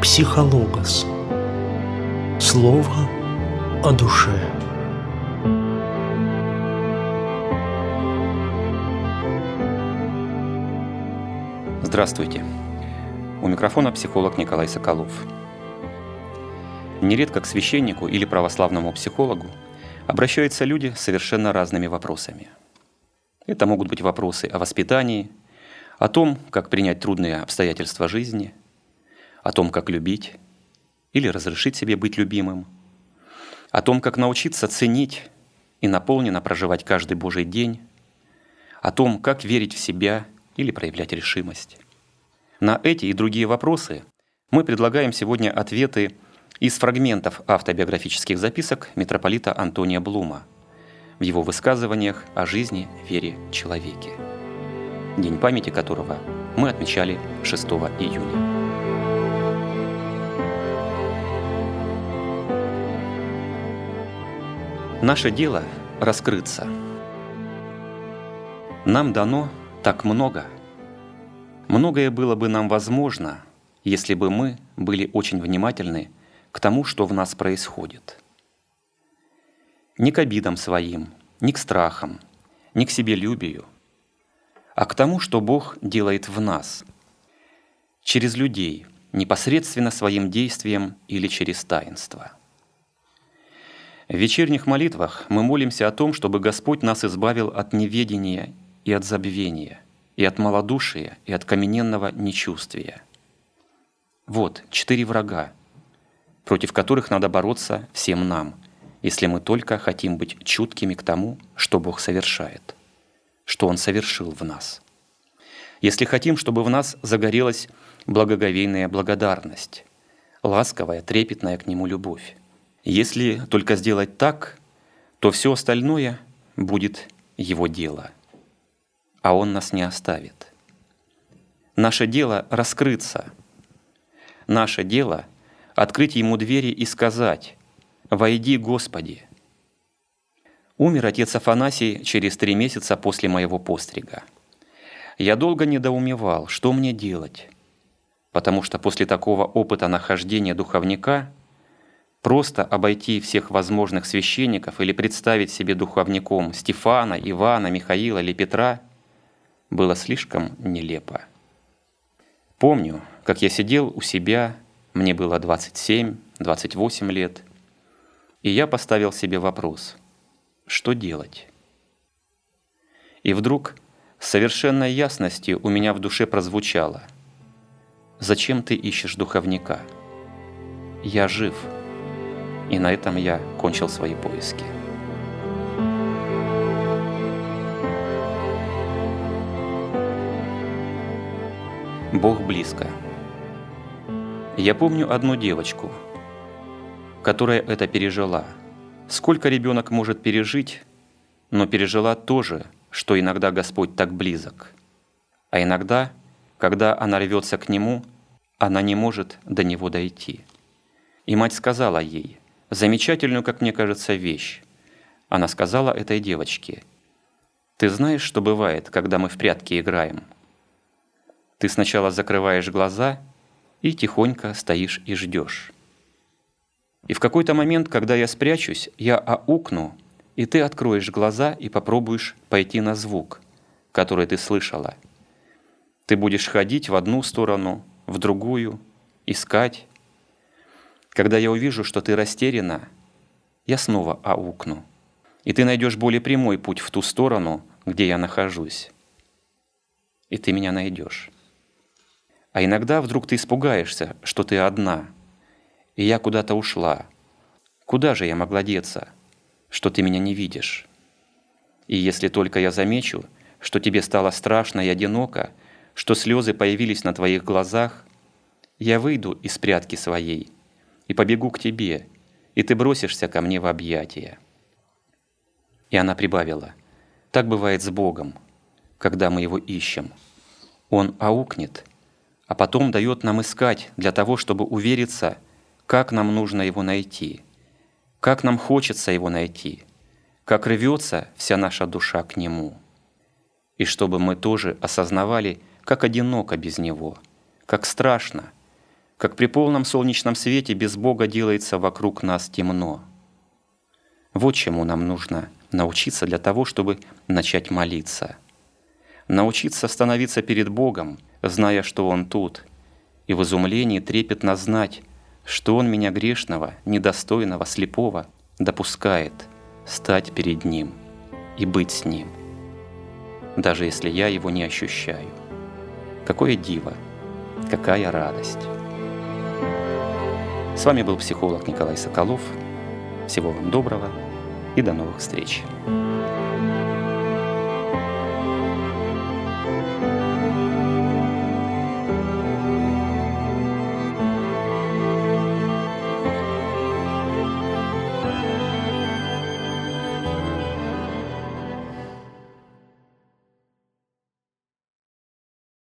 Психологос. Слово о душе. Здравствуйте. У микрофона психолог Николай Соколов. Нередко к священнику или православному психологу обращаются люди с совершенно разными вопросами. Это могут быть вопросы о воспитании, о том, как принять трудные обстоятельства жизни, о том, как любить или разрешить себе быть любимым, о том, как научиться ценить и наполненно проживать каждый Божий день, о том, как верить в себя или проявлять решимость. На эти и другие вопросы мы предлагаем сегодня ответы из фрагментов автобиографических записок митрополита Антония Блума в его высказываниях о жизни, вере, человеке, день памяти которого мы отмечали 6 июня. Наше дело — раскрыться. Нам дано так много. Многое было бы нам возможно, если бы мы были очень внимательны к тому, что в нас происходит. Не к обидам своим, не к страхам, не к себелюбию, а к тому, что Бог делает в нас, через людей, непосредственно своим действием или через таинство. В вечерних молитвах мы молимся о том, чтобы Господь нас избавил от неведения и от забвения, и от малодушия, и от каменного нечувствия. Вот 4 врага, против которых надо бороться всем нам, если мы только хотим быть чуткими к тому, что Бог совершает, что Он совершил в нас. Если хотим, чтобы в нас загорелась благоговейная благодарность, ласковая, трепетная к Нему любовь. Если только сделать так, то все остальное будет Его дело, а Он нас не оставит. Наше дело — раскрыться. Наше дело — открыть Ему двери и сказать: «Войди, Господи». Умер отец Афанасий через 3 месяца после моего пострига. Я долго недоумевал, что мне делать, потому что после такого опыта нахождения духовника просто обойти всех возможных священников или представить себе духовником Стефана, Ивана, Михаила или Петра было слишком нелепо. Помню, как я сидел у себя, мне было 27-28 лет, и я поставил себе вопрос: что делать? И вдруг с совершенной ясностью у меня в душе прозвучало: «Зачем ты ищешь духовника? Я жив». И на этом я кончил свои поиски. Бог близко. Я помню одну девочку, которая это пережила. Сколько ребенок может пережить, но пережила то же, что иногда Господь так близок. А иногда, когда она рвется к Нему, она не может до Него дойти. И мать сказала ей замечательную, как мне кажется, вещь. Она сказала этой девочке: «Ты знаешь, что бывает, когда мы в прятки играем? Ты сначала закрываешь глаза и тихонько стоишь и ждешь. И в какой-то момент, когда я спрячусь, я аукну, и ты откроешь глаза и попробуешь пойти на звук, который ты слышала. Ты будешь ходить в одну сторону, в другую, искать. Когда я увижу, что ты растеряна, я снова аукну, и ты найдешь более прямой путь в ту сторону, где я нахожусь. И ты меня найдешь. А иногда вдруг ты испугаешься, что ты одна, и я куда-то ушла. Куда же я могла деться, что ты меня не видишь? И если только я замечу, что тебе стало страшно и одиноко, что слезы появились на твоих глазах, я выйду из прятки своей и побегу к тебе, и ты бросишься ко мне в объятия». И она прибавила: «Так бывает с Богом, когда мы Его ищем. Он аукнет, а потом дает нам искать для того, чтобы увериться, как нам нужно Его найти, как нам хочется Его найти, как рвется вся наша душа к Нему. И чтобы мы тоже осознавали, как одиноко без Него, как страшно, как при полном солнечном свете без Бога делается вокруг нас темно. Вот чему нам нужно научиться для того, чтобы начать молиться. Научиться становиться перед Богом, зная, что Он тут, и в изумлении трепетно знать, что Он меня грешного, недостойного, слепого допускает стать перед Ним и быть с Ним, даже если я Его не ощущаю. Какое диво, какая радость! С вами был психолог Николай Соколов. Всего вам доброго и до новых встреч!